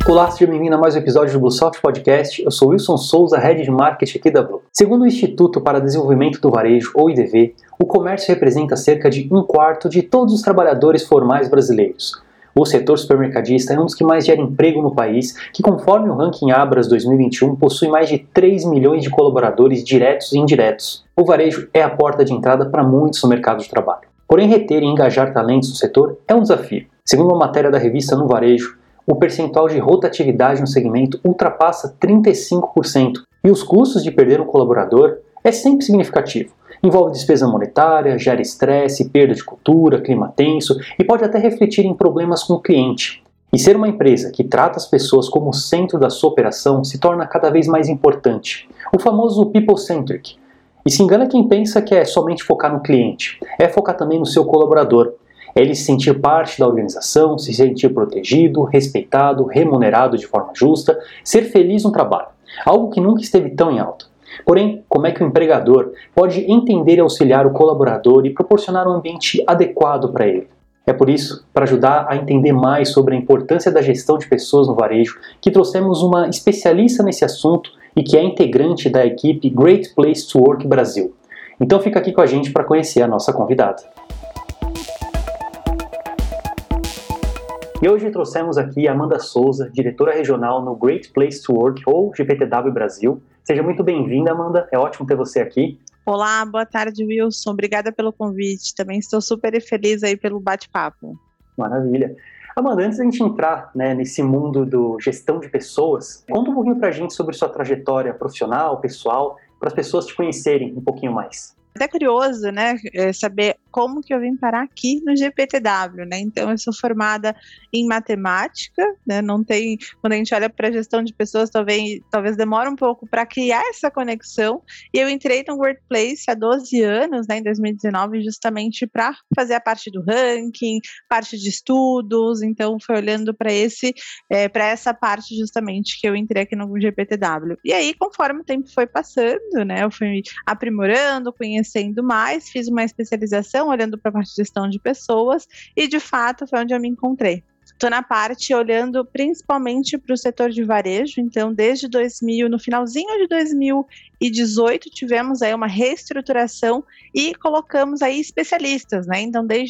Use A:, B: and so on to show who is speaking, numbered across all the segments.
A: Olá, seja bem-vindo a mais um episódio do BlueSoft Podcast. Eu sou Wilson Souza, Head de Marketing aqui da Blue. Segundo o Instituto para Desenvolvimento do Varejo, ou IDV, o comércio representa cerca de 1/4 de todos os trabalhadores formais brasileiros. O setor supermercadista é um dos que mais gera emprego no país, que conforme o ranking Abras 2021 possui mais de 3 milhões de colaboradores diretos e indiretos. O varejo é a porta de entrada para muitos no mercado de trabalho. Porém, reter e engajar talentos no setor é um desafio. Segundo uma matéria da revista No Varejo, o percentual de rotatividade no segmento ultrapassa 35% e os custos de perder um colaborador é sempre significativo. Envolve despesa monetária, gera estresse, perda de cultura, clima tenso e pode até refletir em problemas com o cliente. E ser uma empresa que trata as pessoas como o centro da sua operação se torna cada vez mais importante. O famoso people-centric. E se engana quem pensa que é somente focar no cliente, é focar também no seu colaborador. É ele se sentir parte da organização, se sentir protegido, respeitado, remunerado de forma justa, ser feliz no trabalho. Algo que nunca esteve tão em alta. Porém, como é que o empregador pode entender e auxiliar o colaborador e proporcionar um ambiente adequado para ele? É por isso, para ajudar a entender mais sobre a importância da gestão de pessoas no varejo, que trouxemos uma especialista nesse assunto e que é integrante da equipe Great Place to Work Brasil. Então fica aqui com a gente para conhecer a nossa convidada. E hoje trouxemos aqui a Amanda Souza, diretora regional no Great Place to Work, ou GPTW Brasil. Seja muito bem-vinda, Amanda. É ótimo ter você aqui.
B: Olá, boa tarde, Wilson. Obrigada pelo convite. Também estou super feliz aí pelo bate-papo.
A: Maravilha. Amanda, antes da gente entrar nesse mundo do gestão de pessoas, conta um pouquinho pra gente sobre sua trajetória profissional, pessoal, para as pessoas te conhecerem um pouquinho mais.
B: Até curioso, né, saber como que eu vim parar aqui no GPTW, né, então eu sou formada em matemática, né, não tem, quando a gente olha para a gestão de pessoas, talvez demore um pouco para criar essa conexão, e eu entrei no Workplace há 12 anos, né, em 2019, justamente para fazer a parte do ranking, parte de estudos, então foi olhando para essa parte justamente que eu entrei aqui no GPTW. E aí, conforme o tempo foi passando, né, eu fui aprimorando, conhecendo mais, fiz uma especialização olhando para a parte de gestão de pessoas e, de fato, foi onde eu me encontrei. Estou na parte olhando principalmente para o setor de varejo, então desde 2000, no finalzinho de 2018, tivemos aí uma reestruturação e colocamos aí especialistas, né? Então desde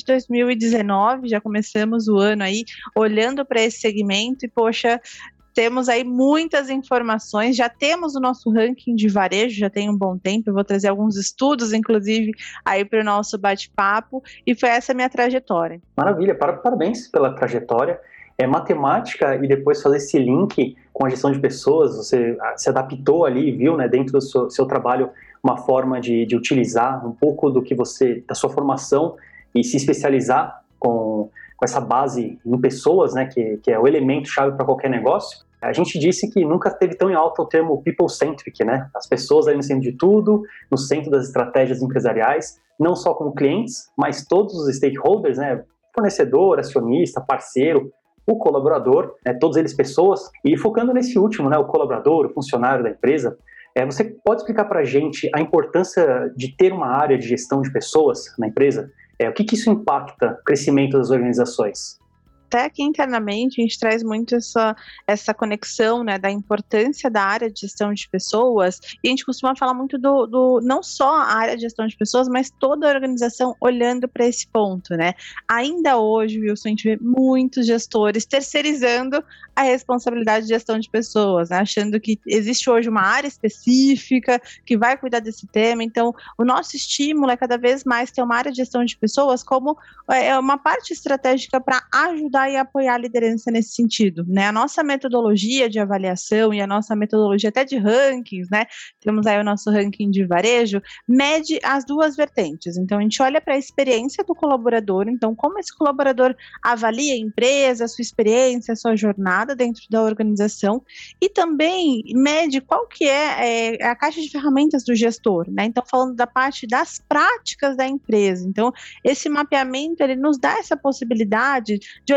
B: 2019 já começamos o ano aí olhando para esse segmento e, poxa, temos aí muitas informações, já temos o nosso ranking de varejo, já tem um bom tempo, eu vou trazer alguns estudos, inclusive, aí para o nosso bate-papo, e foi essa a minha trajetória.
A: Maravilha, parabéns pela trajetória. É matemática e depois fazer esse link com a gestão de pessoas, você se adaptou ali, viu, né, dentro do seu trabalho, uma forma de utilizar um pouco da sua formação e se especializar com essa base em pessoas, né, que é o elemento-chave para qualquer negócio. A gente disse que nunca esteve tão em alta o termo people-centric, né? As pessoas ali no centro de tudo, no centro das estratégias empresariais, não só como clientes, mas todos os stakeholders, né? Fornecedor, acionista, parceiro, o colaborador, né? Todos eles pessoas. E focando nesse último, né? O colaborador, o funcionário da empresa, você pode explicar para a gente a importância de ter uma área de gestão de pessoas na empresa? O que isso impacta o crescimento das organizações?
B: Até aqui internamente a gente traz muito essa conexão, né, da importância da área de gestão de pessoas, e a gente costuma falar muito do não só a área de gestão de pessoas, mas toda a organização olhando para esse ponto, né? Ainda hoje, Wilson, a gente vê muitos gestores terceirizando a responsabilidade de gestão de pessoas, né? Achando que existe hoje uma área específica que vai cuidar desse tema. Então o nosso estímulo é cada vez mais ter uma área de gestão de pessoas como uma parte estratégica para ajudar e apoiar a liderança nesse sentido, né? A nossa metodologia de avaliação e a nossa metodologia até de rankings, né? Temos aí o nosso ranking de varejo, mede as duas vertentes. Então, a gente olha para a experiência do colaborador, então, como esse colaborador avalia a empresa, a sua experiência, a sua jornada dentro da organização, e também mede qual que é a caixa de ferramentas do gestor, né? Então, falando da parte das práticas da empresa. Então, esse mapeamento, ele nos dá essa possibilidade de olhar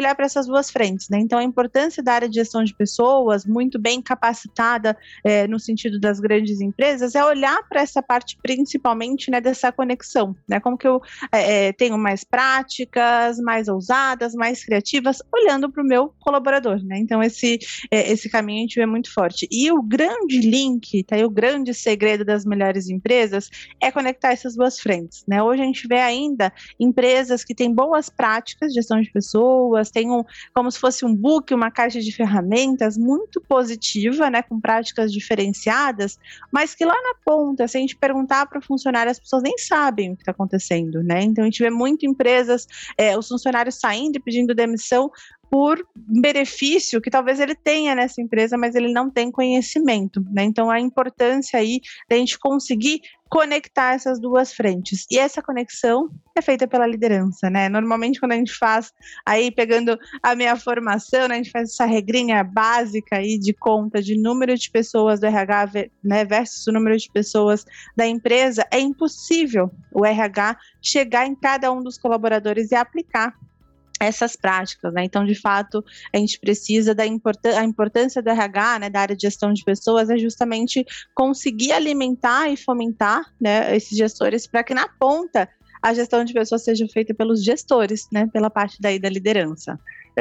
B: olhar para essas duas frentes, né? Então, a importância da área de gestão de pessoas, muito bem capacitada no sentido das grandes empresas, é olhar para essa parte principalmente, né, dessa conexão, né? Como que eu tenho mais práticas, mais ousadas, mais criativas, olhando para o meu colaborador, né? Então, esse caminho a gente vê muito forte. E o grande link, tá aí o grande segredo das melhores empresas, é conectar essas duas frentes, né? Hoje a gente vê ainda empresas que têm boas práticas de gestão de pessoas, tem como se fosse um book, uma caixa de ferramentas muito positiva, né, com práticas diferenciadas, mas que lá na ponta, se a gente perguntar para o funcionário, as pessoas nem sabem o que está acontecendo, né? Então a gente vê muito empresas, os funcionários saindo e pedindo demissão por benefício que talvez ele tenha nessa empresa, mas ele não tem conhecimento, né? Então, a importância aí da gente conseguir conectar essas duas frentes. E essa conexão é feita pela liderança, né? Normalmente, quando a gente faz, aí pegando a minha formação, né, a gente faz essa regrinha básica aí de conta de número de pessoas do RH, né, versus o número de pessoas da empresa, é impossível o RH chegar em cada um dos colaboradores e aplicar essas práticas, né? Então, de fato, a gente precisa da a importância do RH, né, da área de gestão de pessoas, é justamente conseguir alimentar e fomentar, né, esses gestores para que na ponta a gestão de pessoas seja feita pelos gestores, né, pela parte daí da liderança.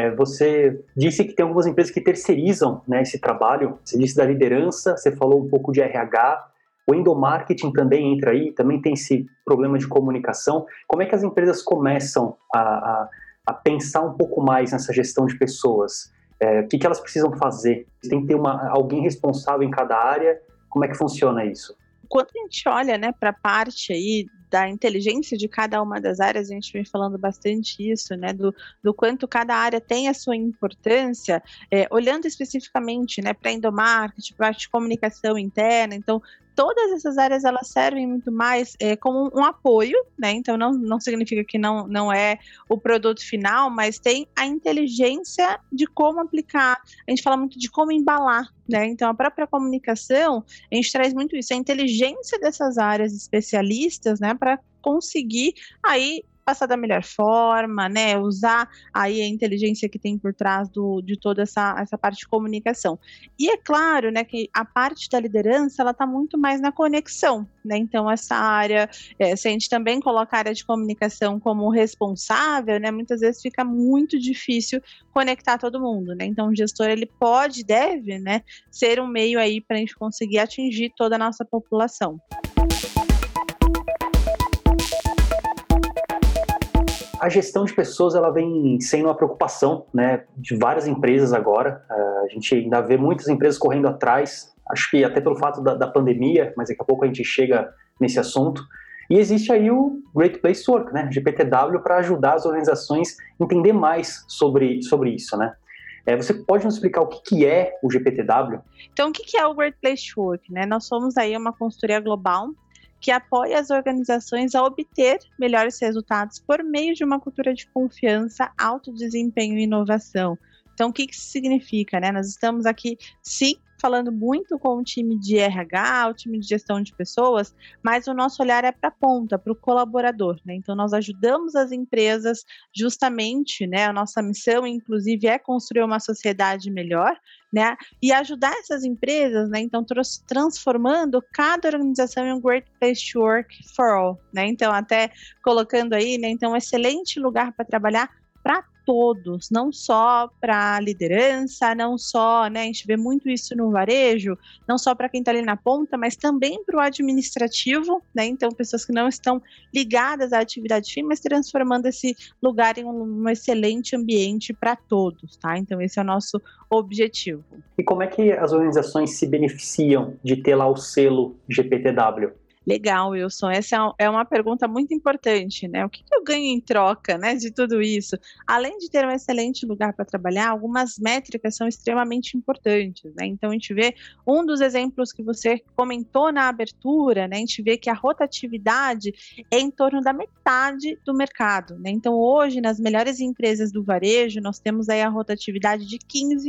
A: Você disse que tem algumas empresas que terceirizam, né, esse trabalho, você disse da liderança, você falou um pouco de RH, o endomarketing também entra aí, também tem esse problema de comunicação. Como é que as empresas começam a pensar um pouco mais nessa gestão de pessoas? O que elas precisam fazer? Tem que ter alguém responsável em cada área? Como é que funciona isso?
B: Quando a gente olha, né, para a parte aí da inteligência de cada uma das áreas, a gente vem falando bastante isso, né, do quanto cada área tem a sua importância, olhando especificamente, né, para endomarketing, para a parte de comunicação interna. Então, todas essas áreas, elas servem muito mais como um apoio, né? Então não significa que não é o produto final, mas tem a inteligência de como aplicar. A gente fala muito de como embalar, né? Então a própria comunicação, a gente traz muito isso, a inteligência dessas áreas especialistas, né, para conseguir aí passar da melhor forma, né, usar aí a inteligência que tem por trás de toda essa parte de comunicação. E é claro, né, que a parte da liderança, ela está muito mais na conexão, né, então essa área, se a gente também coloca a área de comunicação como responsável, né, muitas vezes fica muito difícil conectar todo mundo, né, então o gestor, ele pode, deve, né, ser um meio aí para a gente conseguir atingir toda a nossa população.
A: A gestão de pessoas, ela vem sendo uma preocupação, né, de várias empresas agora. A gente ainda vê muitas empresas correndo atrás, acho que até pelo fato da pandemia, mas daqui a pouco a gente chega nesse assunto. E existe aí o Great Place to Work, né, GPTW, para ajudar as organizações a entender mais sobre isso, né? Você pode nos explicar o que é o GPTW?
B: Então, o que é o Great Place to Work, né? Nós somos aí uma consultoria global que apoia as organizações a obter melhores resultados por meio de uma cultura de confiança, alto desempenho e inovação. Então, o que isso significa, né? Nós estamos aqui, sim, falando muito com o time de RH, o time de gestão de pessoas, mas o nosso olhar é para a ponta, para o colaborador, né? Então, nós ajudamos as empresas justamente, né? A nossa missão, inclusive, é construir uma sociedade melhor, né? E ajudar essas empresas, né? Então, transformando cada organização em um great place to work for all, né? Então, até colocando aí, né? Então, um excelente lugar para trabalhar para todos, não só para a liderança, não só, né, a gente vê muito isso no varejo, não só para quem está ali na ponta, mas também para o administrativo, né, então pessoas que não estão ligadas à atividade fim, mas transformando esse lugar em um excelente ambiente para todos, tá? Então esse é o nosso objetivo.
A: E como é que as organizações se beneficiam de ter lá o selo GPTW?
B: Legal, Wilson. Essa é uma pergunta muito importante, né? O que eu ganho em troca, né, de tudo isso? Além de ter um excelente lugar para trabalhar, algumas métricas são extremamente importantes, né? Então, a gente vê um dos exemplos que você comentou na abertura, né? A gente vê que a rotatividade é em torno da metade do mercado, né? Então, hoje, nas melhores empresas do varejo, nós temos aí a rotatividade de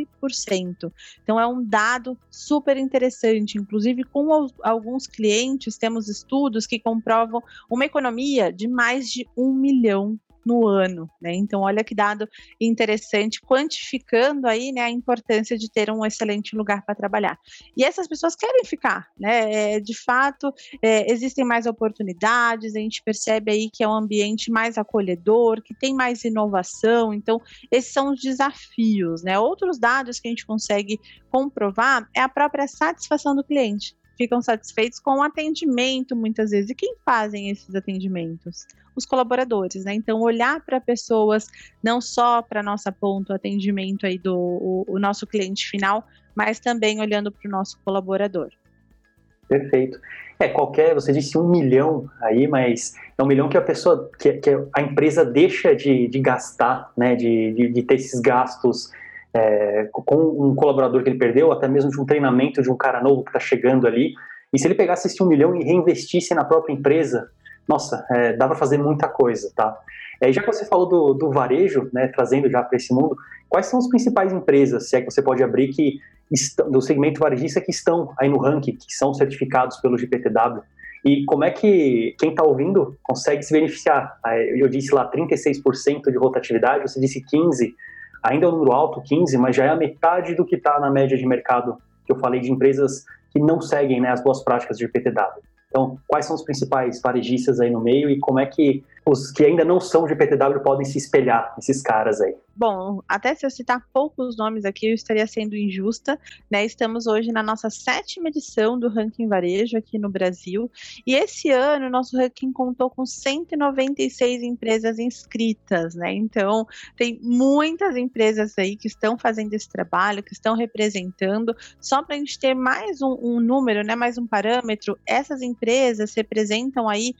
B: 15%. Então, é um dado super interessante. Inclusive, com alguns clientes, temos estudos que comprovam uma economia de mais de 1 milhão no ano, né? Então, olha que dado interessante, quantificando aí, né, a importância de ter um excelente lugar para trabalhar. E essas pessoas querem ficar, né? De fato, existem mais oportunidades, a gente percebe aí que é um ambiente mais acolhedor, que tem mais inovação, então esses são os desafios, né? Outros dados que a gente consegue comprovar é a própria satisfação do cliente. Ficam satisfeitos com o atendimento, muitas vezes. E quem fazem esses atendimentos? Os colaboradores, né? Então, olhar para pessoas, não só para a nossa ponta, o atendimento aí o nosso cliente final, mas também olhando para o nosso colaborador.
A: Perfeito. Você disse 1 milhão aí, mas é 1 milhão que a pessoa, que a empresa deixa de gastar, né? De ter esses gastos com um colaborador que ele perdeu, até mesmo de um treinamento de um cara novo que está chegando ali. E se ele pegasse esse 1 milhão e reinvestisse na própria empresa, nossa, dá para fazer muita coisa, tá? Já que você falou do varejo, né, trazendo já para esse mundo, quais são as principais empresas, se é que você pode abrir, do segmento varejista que estão aí no ranking, que são certificados pelo GPTW? E como é que quem está ouvindo consegue se beneficiar? Eu disse lá 36% de rotatividade, você disse 15%, ainda é um número alto, 15%, mas já é a metade do que está na média de mercado, que eu falei de empresas que não seguem, né, as boas práticas de GPTW. Então, quais são os principais varejistas aí no meio e como é que os que ainda não são GPTW podem se espelhar nesses caras aí?
B: Bom, até se eu citar poucos nomes aqui, eu estaria sendo injusta, né? Estamos hoje na nossa 7ª edição do Ranking Varejo aqui no Brasil, e esse ano o nosso ranking contou com 196 empresas inscritas, né? Então, tem muitas empresas aí que estão fazendo esse trabalho, que estão representando. Só para a gente ter mais um número, né? Mais um parâmetro, essas empresas representam aí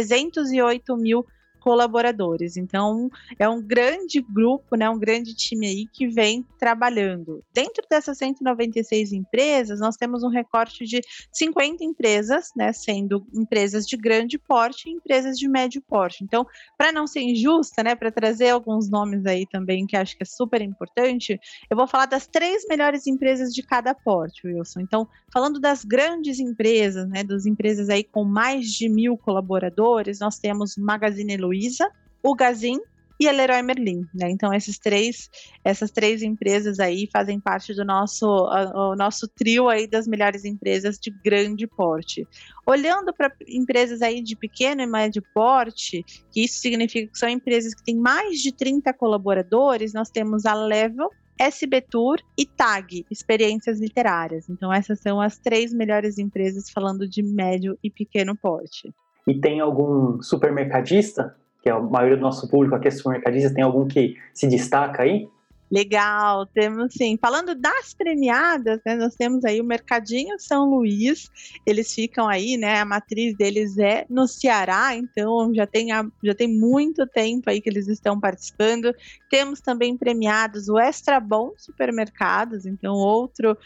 B: 308 mil colaboradores. Então, é um grande grupo, né, um grande time aí que vem trabalhando. Dentro dessas 196 empresas, nós temos um recorte de 50 empresas, né, sendo empresas de grande porte e empresas de médio porte. Então, para não ser injusta, né, para trazer alguns nomes aí também que acho que é super importante, eu vou falar das 3 melhores empresas de cada porte, Wilson. Então, falando das grandes empresas, né, das empresas aí com mais de 1.000 colaboradores, nós temos Magazine Luiza, o Gazin e a Leroy Merlin, né? Então essas três empresas aí fazem parte do o nosso trio aí das melhores empresas de grande porte. Olhando para empresas aí de pequeno e médio porte, que isso significa que são empresas que têm mais de 30 colaboradores, nós temos a Level, SB Tour e TAG, Experiências Literárias. Então essas são as 3 melhores empresas falando de médio e pequeno porte.
A: E tem algum supermercadista, que é a maioria do nosso público aqui é supermercadista, tem algum que se destaca aí?
B: Legal, temos sim. Falando das premiadas, né, nós temos aí o Mercadinho São Luís, eles ficam aí, né, a matriz deles é no Ceará, então já tem muito tempo aí que eles estão participando. Temos também premiados o Extra Bom Supermercados, então outra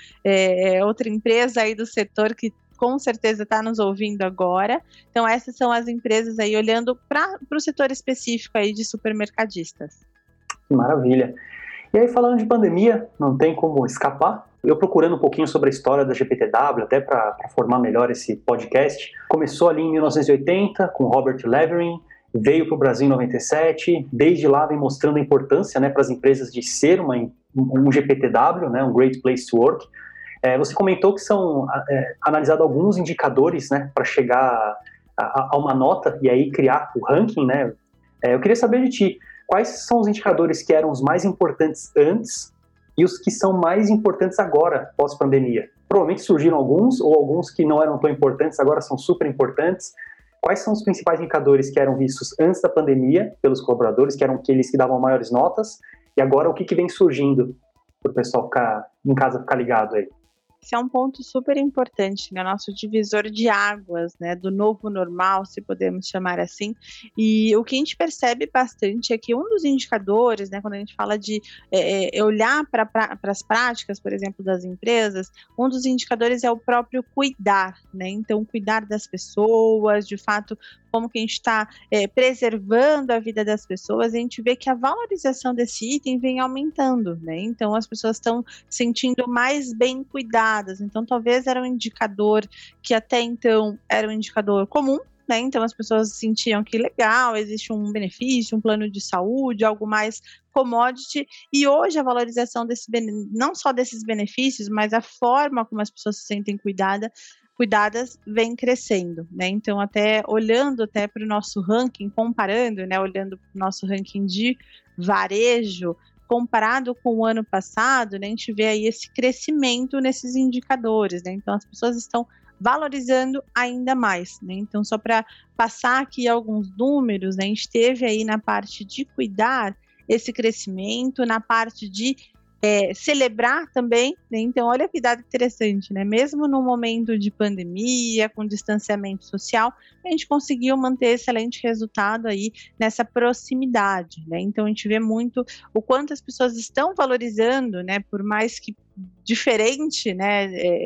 B: empresa aí do setor que com certeza está nos ouvindo agora. Então essas são as empresas aí olhando para o setor específico aí de supermercadistas.
A: Maravilha. E aí, falando de pandemia, não tem como escapar. Eu procurando um pouquinho sobre a história da GPTW, até para formar melhor esse podcast, começou ali em 1980 com Robert Levering, veio para o Brasil em 97, desde lá vem mostrando a importância, né, para as empresas de ser um GPTW, né, um Great Place to Work. Você comentou que são analisados alguns indicadores, né, para chegar a uma nota e aí criar o ranking, né? Eu queria saber de ti, quais são os indicadores que eram os mais importantes antes e os que são mais importantes agora, pós-pandemia? Provavelmente surgiram alguns, ou alguns que não eram tão importantes, agora são super importantes. Quais são os principais indicadores que eram vistos antes da pandemia pelos colaboradores, que eram aqueles que davam maiores notas, e agora o que vem surgindo para o pessoal ficar em casa, ficar ligado aí?
B: Esse é um ponto super importante, né? Nosso divisor de águas, né? Do novo normal, se podemos chamar assim. E o que a gente percebe bastante é que um dos indicadores, né? Quando a gente fala de olhar para as práticas, por exemplo, das empresas, um dos indicadores é o próprio cuidar, né? Então, cuidar das pessoas, de fato, como que a gente está preservando a vida das pessoas, a gente vê que a valorização desse item vem aumentando, né? Então, as pessoas estão sentindo mais bem cuidadas. Então, talvez era um indicador que até então era um indicador comum, né? Então as pessoas sentiam que legal, existe um benefício, um plano de saúde, algo mais commodity, e hoje a valorização não só desses benefícios, mas a forma como as pessoas se sentem cuidadas vem crescendo, né? Então, até olhando até para o nosso ranking, comparando, né? Olhando para o nosso ranking de varejo, comparado com o ano passado, né? A gente vê aí esse crescimento nesses indicadores, né? Então, as pessoas estão valorizando ainda mais, né? Então, só para passar aqui alguns números, né? A gente teve aí na parte de cuidar esse crescimento, na parte de celebrar também, né? Então olha que dado interessante, né? Mesmo no momento de pandemia, com distanciamento social, a gente conseguiu manter excelente resultado aí nessa proximidade, né? Então a gente vê muito o quanto as pessoas estão valorizando, né? Por mais que diferente, né?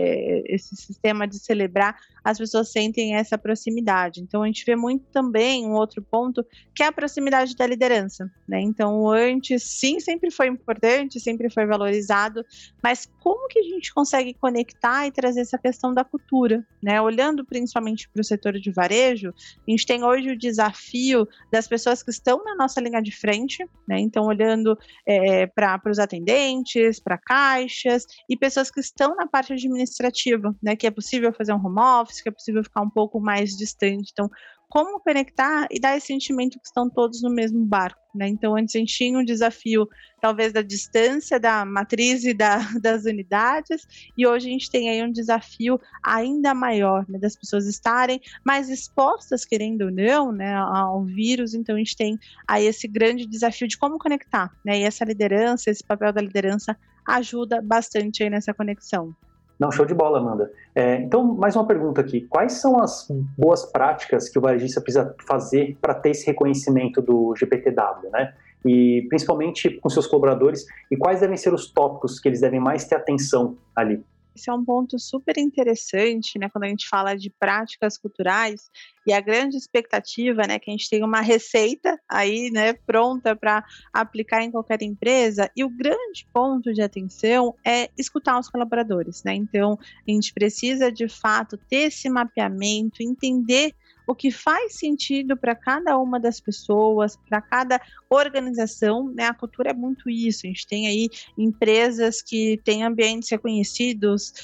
B: Esse sistema de celebrar, as pessoas sentem essa proximidade. Então a gente vê muito também um outro ponto que é a proximidade da liderança, né? Então antes sim sempre foi importante, sempre foi valorizado, mas como que a gente consegue conectar e trazer essa questão da cultura, né? Olhando principalmente para o setor de varejo, a gente tem hoje o desafio das pessoas que estão na nossa linha de frente, né? Então olhando para os atendentes, para caixas e pessoas que estão na parte administrativa, né? Que é possível fazer um home office, que é possível ficar um pouco mais distante. Então, como conectar e dar esse sentimento que estão todos no mesmo barco, né? Então, antes a gente tinha um desafio, talvez, da distância da matriz e das unidades, e hoje a gente tem aí um desafio ainda maior, né? Das pessoas estarem mais expostas, querendo ou não, né? Ao vírus. Então, a gente tem aí esse grande desafio de como conectar, né? E essa liderança, esse papel da liderança ajuda bastante aí nessa conexão.
A: Não, show de bola, Amanda. Então, mais uma pergunta aqui. Quais são as boas práticas que o varejista precisa fazer para ter esse reconhecimento do GPTW, né? E principalmente com seus colaboradores, e quais devem ser os tópicos que eles devem mais ter atenção ali?
B: Esse é um ponto super interessante, né, quando a gente fala de práticas culturais, e a grande expectativa, né, que a gente tem uma receita aí, né, pronta para aplicar em qualquer empresa, e o grande ponto de atenção é escutar os colaboradores, né, então a gente precisa de fato ter esse mapeamento, entender o que faz sentido para cada uma das pessoas, para cada organização, né? A cultura é muito isso. A gente tem aí empresas que têm ambientes reconhecidos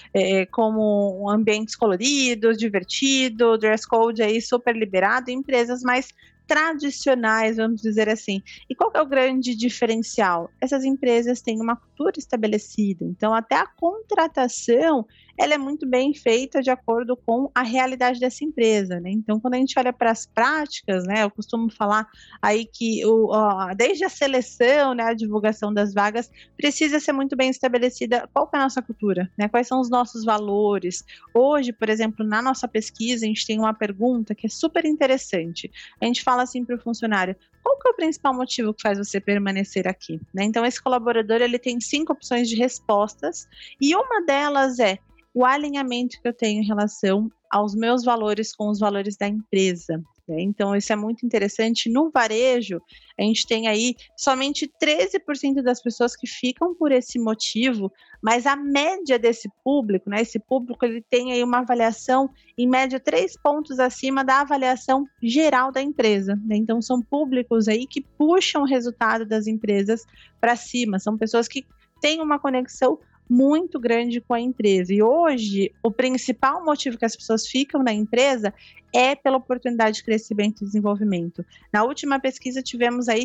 B: como ambientes coloridos, divertidos, dress code aí super liberado, e empresas mais tradicionais, vamos dizer assim. E qual que é o grande diferencial? Essas empresas têm uma cultura estabelecida, então até a contratação ela é muito bem feita de acordo com a realidade dessa empresa, né? Então, quando a gente olha para as práticas, né, eu costumo falar aí que desde a seleção, né, a divulgação das vagas, precisa ser muito bem estabelecida qual que é a nossa cultura, né? Quais são os nossos valores. Hoje, por exemplo, na nossa pesquisa, a gente tem uma pergunta que é super interessante. A gente fala assim para o funcionário: qual que é o principal motivo que faz você permanecer aqui? Né? Então, esse colaborador ele tem 5 opções de respostas, e uma delas é o alinhamento que eu tenho em relação aos meus valores com os valores da empresa. Né? Então, isso é muito interessante. No varejo, a gente tem aí somente 13% das pessoas que ficam por esse motivo, mas a média desse público, né, esse público ele tem aí uma avaliação, em média, 3 pontos acima da avaliação geral da empresa. Né? Então, são públicos aí que puxam o resultado das empresas para cima, são pessoas que têm uma conexão muito grande com a empresa. E hoje, o principal motivo que as pessoas ficam na empresa é pela oportunidade de crescimento e desenvolvimento. Na última pesquisa, tivemos aí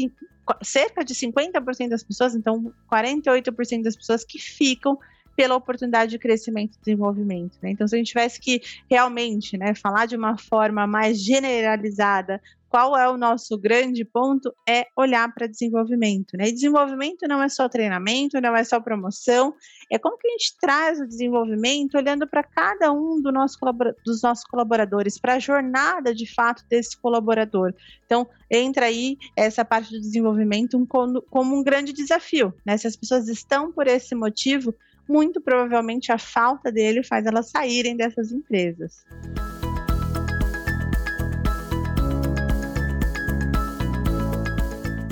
B: cerca de 50% das pessoas, então 48% das pessoas que ficam pela oportunidade de crescimento e desenvolvimento. Né? Então, se a gente tivesse que realmente, né, falar de uma forma mais generalizada, qual é o nosso grande ponto? É olhar para desenvolvimento. Né? E desenvolvimento não é só treinamento, não é só promoção, é como que a gente traz o desenvolvimento olhando para cada um dos nossos colaboradores, para a jornada de fato desse colaborador. Então, entra aí essa parte do desenvolvimento como um grande desafio. Né? Se as pessoas estão por esse motivo, muito provavelmente a falta dele faz elas saírem dessas empresas.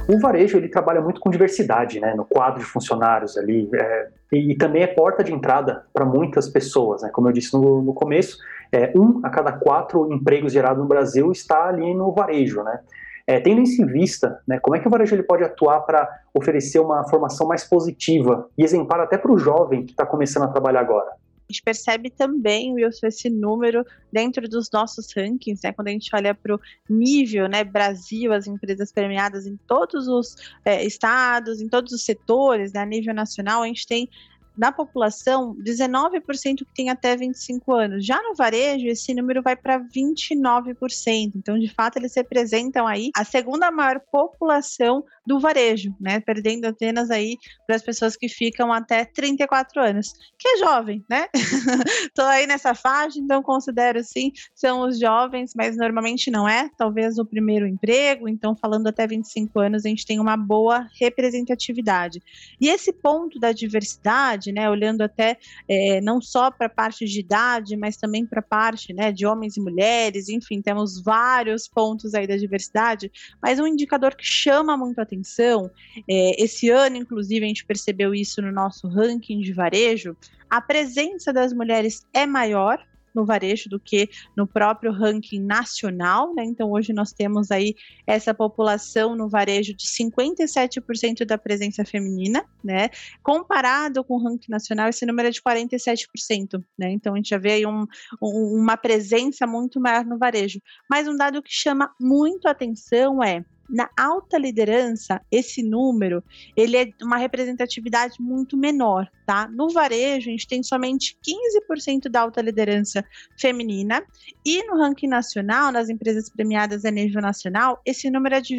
A: O varejo, ele trabalha muito com diversidade, né, no quadro de funcionários ali, e também é porta de entrada para muitas pessoas, né, como eu disse no começo, 1 a cada 4 empregos gerados no Brasil está ali no varejo, né. Tendo isso em vista, né, como é que o varejo ele pode atuar para oferecer uma formação mais positiva e exemplar até para o jovem que está começando a trabalhar agora?
B: A gente percebe também, Wilson, esse número dentro dos nossos rankings, né? Quando a gente olha para o nível, né, Brasil, as empresas premiadas em todos os estados, em todos os setores, né, a nível nacional, a gente tem na população 19% que tem até 25 anos. Já no varejo, esse número vai para 29%. Então, de fato, eles representam aí a segunda maior população do varejo, né? Perdendo apenas aí para as pessoas que ficam até 34 anos, que é jovem, né? Estou aí nessa faixa, então considero sim, são os jovens, mas normalmente não é, talvez o primeiro emprego, então falando até 25 anos, a gente tem uma boa representatividade. E esse ponto da diversidade, né, olhando até não só para a parte de idade, mas também para a parte, né, de homens e mulheres, enfim, temos vários pontos aí da diversidade, mas um indicador que chama muito a atenção, esse ano, inclusive, a gente percebeu isso no nosso ranking de varejo, a presença das mulheres é maior no varejo do que no próprio ranking nacional, né? Então hoje nós temos aí essa população no varejo de 57% da presença feminina, né? Comparado com o ranking nacional, esse número é de 47%, né? Então a gente já vê aí uma presença muito maior no varejo. Mas um dado que chama muito a atenção é na alta liderança, esse número, ele é uma representatividade muito menor, tá? No varejo, a gente tem somente 15% da alta liderança feminina e no ranking nacional, nas empresas premiadas a nível nacional, esse número é de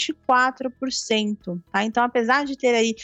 B: 24%, tá? Então, apesar de ter aí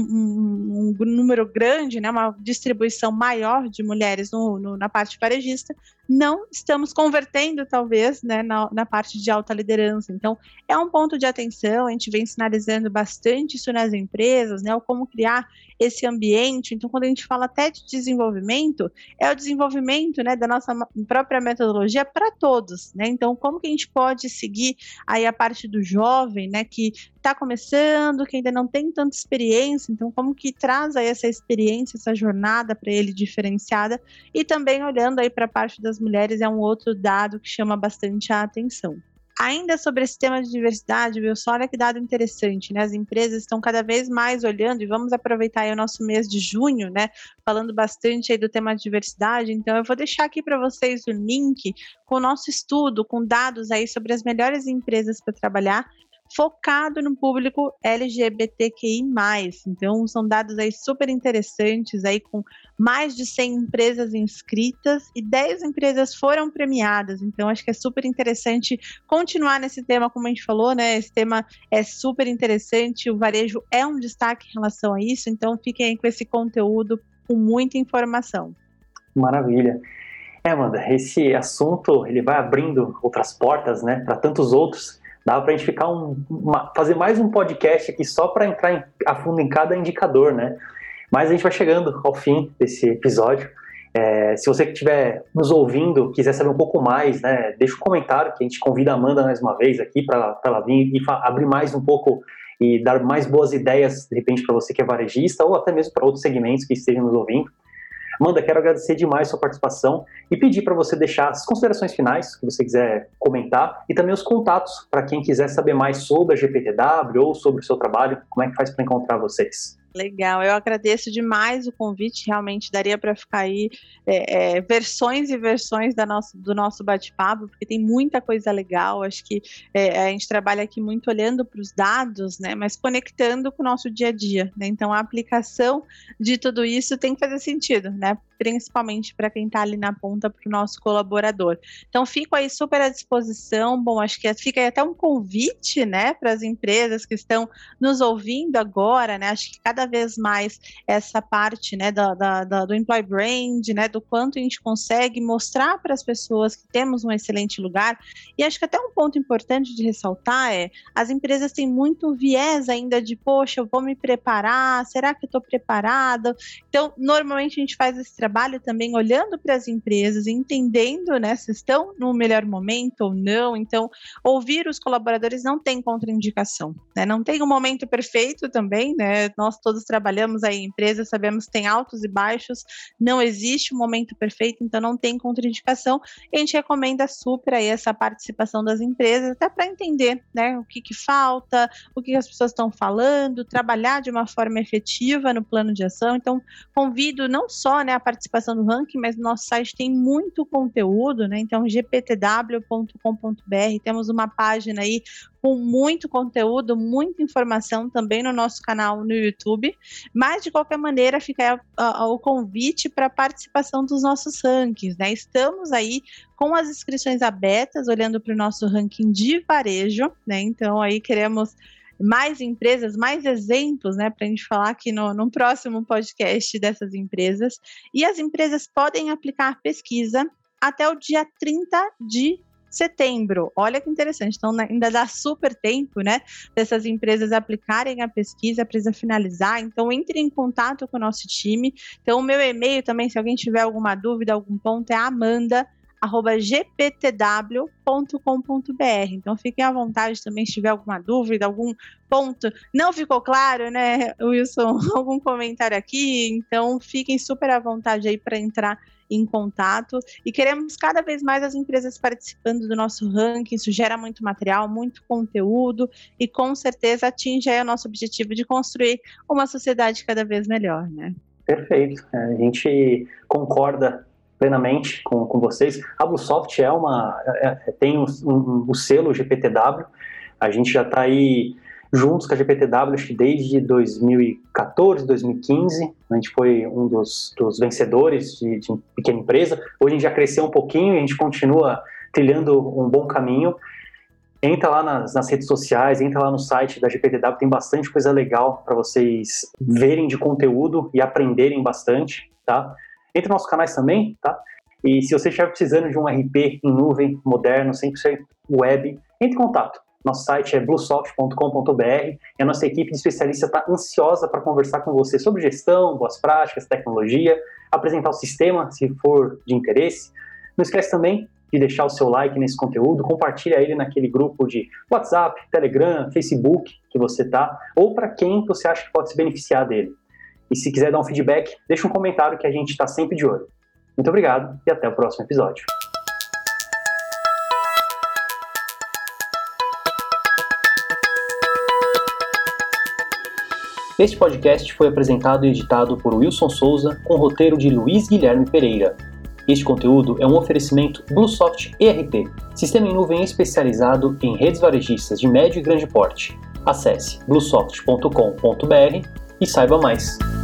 B: um número grande, né, uma distribuição maior de mulheres na parte varejista, não estamos convertendo, talvez, né, na parte de alta liderança. Então, é um ponto de atenção, a gente vem sinalizando bastante isso nas empresas, né, como criar esse ambiente. Então, quando a gente fala até de desenvolvimento, é o desenvolvimento, né, da nossa própria metodologia para todos, né? Então, como que a gente pode seguir aí a parte do jovem, né, que está começando, que ainda não tem tanta experiência, então como que traz aí essa experiência, essa jornada para ele diferenciada, e também olhando aí para a parte das mulheres, é um outro dado que chama bastante a atenção. Ainda sobre esse tema de diversidade, Wilson, olha que dado interessante, né? As empresas estão cada vez mais olhando, e vamos aproveitar aí o nosso mês de junho, né? Falando bastante aí do tema de diversidade, então eu vou deixar aqui para vocês o link com o nosso estudo, com dados aí sobre as melhores empresas para trabalhar, focado no público LGBTQI+. Então, são dados aí super interessantes, aí com mais de 100 empresas inscritas e 10 empresas foram premiadas. Então, acho que é super interessante continuar nesse tema, como a gente falou, né? Esse tema é super interessante, o varejo é um destaque em relação a isso, então fiquem aí com esse conteúdo com muita informação.
A: Maravilha. Amanda, esse assunto, ele vai abrindo outras portas, né, para tantos outros. Dá para a gente ficar fazer mais um podcast aqui só para entrar a fundo em cada indicador, né? Mas a gente vai chegando ao fim desse episódio. Se você que estiver nos ouvindo, quiser saber um pouco mais, né, deixa um comentário que a gente convida a Amanda mais uma vez aqui para ela vir e abrir mais um pouco e dar mais boas ideias, de repente, para você que é varejista ou até mesmo para outros segmentos que estejam nos ouvindo. Amanda, quero agradecer demais a sua participação e pedir para você deixar as considerações finais, que você quiser comentar, e também os contatos para quem quiser saber mais sobre a GPTW ou sobre o seu trabalho, como é que faz para encontrar vocês.
B: Legal, eu agradeço demais o convite, realmente daria para ficar aí versões e versões do nosso bate-papo, porque tem muita coisa legal. Acho que a gente trabalha aqui muito olhando para os dados, né, mas conectando com o nosso dia a dia, né? Então a aplicação de tudo isso tem que fazer sentido, né, principalmente para quem está ali na ponta, para o nosso colaborador. Então fico aí super à disposição. Bom, acho que fica aí até um convite, né, para as empresas que estão nos ouvindo agora, né, acho que cada vez mais essa parte, né, do employee brand, né, do quanto a gente consegue mostrar para as pessoas que temos um excelente lugar. E acho que até um ponto importante de ressaltar as empresas têm muito viés ainda de, poxa, eu vou me preparar, será que eu estou preparada? Então, normalmente a gente faz esse trabalho trabalho também olhando para as empresas, entendendo, né, se estão no melhor momento ou não. Então, ouvir os colaboradores não tem contraindicação, né? Não tem um momento perfeito também, né? Nós todos trabalhamos aí em empresas, sabemos que tem altos e baixos, não existe um momento perfeito, então não tem contraindicação. E a gente recomenda super aí essa participação das empresas, até para entender, né, o que falta, o que as pessoas estão falando, trabalhar de uma forma efetiva no plano de ação. Então, convido não só, né, a participação do ranking, mas no nosso site tem muito conteúdo, né? Então, gptw.com.br, temos uma página aí com muito conteúdo, muita informação também no nosso canal no YouTube, mas de qualquer maneira fica o convite para a participação dos nossos rankings, né? Estamos aí com as inscrições abertas, olhando para o nosso ranking de varejo, né? Então aí queremos mais empresas, mais exemplos, né, para a gente falar aqui no próximo podcast dessas empresas. E as empresas podem aplicar pesquisa até o dia 30 de setembro. Olha que interessante. Então, ainda dá super tempo, né, dessas empresas aplicarem a pesquisa, precisa finalizar. Então, entre em contato com o nosso time. Então, o meu e-mail também, se alguém tiver alguma dúvida, algum ponto, é amanda@gptw.com.br. Então fiquem à vontade também se tiver alguma dúvida, algum ponto não ficou claro, né, Wilson, algum comentário aqui, então fiquem super à vontade aí para entrar em contato, e queremos cada vez mais as empresas participando do nosso ranking. Isso gera muito material, muito conteúdo e com certeza atinge aí o nosso objetivo de construir uma sociedade cada vez melhor, né?
A: Perfeito, a gente concorda plenamente com vocês. A Bluesoft tem o selo GPTW, a gente já está aí juntos com a GPTW acho que desde 2014, 2015, a gente foi um dos vencedores de pequena empresa. Hoje a gente já cresceu um pouquinho e a gente continua trilhando um bom caminho. Entra lá nas redes sociais, entra lá no site da GPTW, tem bastante coisa legal para vocês verem de conteúdo e aprenderem bastante, tá? Entre nos nossos canais também, tá? E se você estiver precisando de um RP em nuvem, moderno, 100% web, entre em contato. Nosso site é bluesoft.com.br e a nossa equipe de especialistas está ansiosa para conversar com você sobre gestão, boas práticas, tecnologia, apresentar o sistema, se for de interesse. Não esquece também de deixar o seu like nesse conteúdo, compartilha ele naquele grupo de WhatsApp, Telegram, Facebook que você tá, ou para quem você acha que pode se beneficiar dele. E se quiser dar um feedback, deixa um comentário que a gente está sempre de olho. Muito obrigado e até o próximo episódio. Este podcast foi apresentado e editado por Wilson Souza, com roteiro de Luiz Guilherme Pereira. Este conteúdo é um oferecimento Bluesoft ERP, sistema em nuvem especializado em redes varejistas de médio e grande porte. Acesse bluesoft.com.br e saiba mais.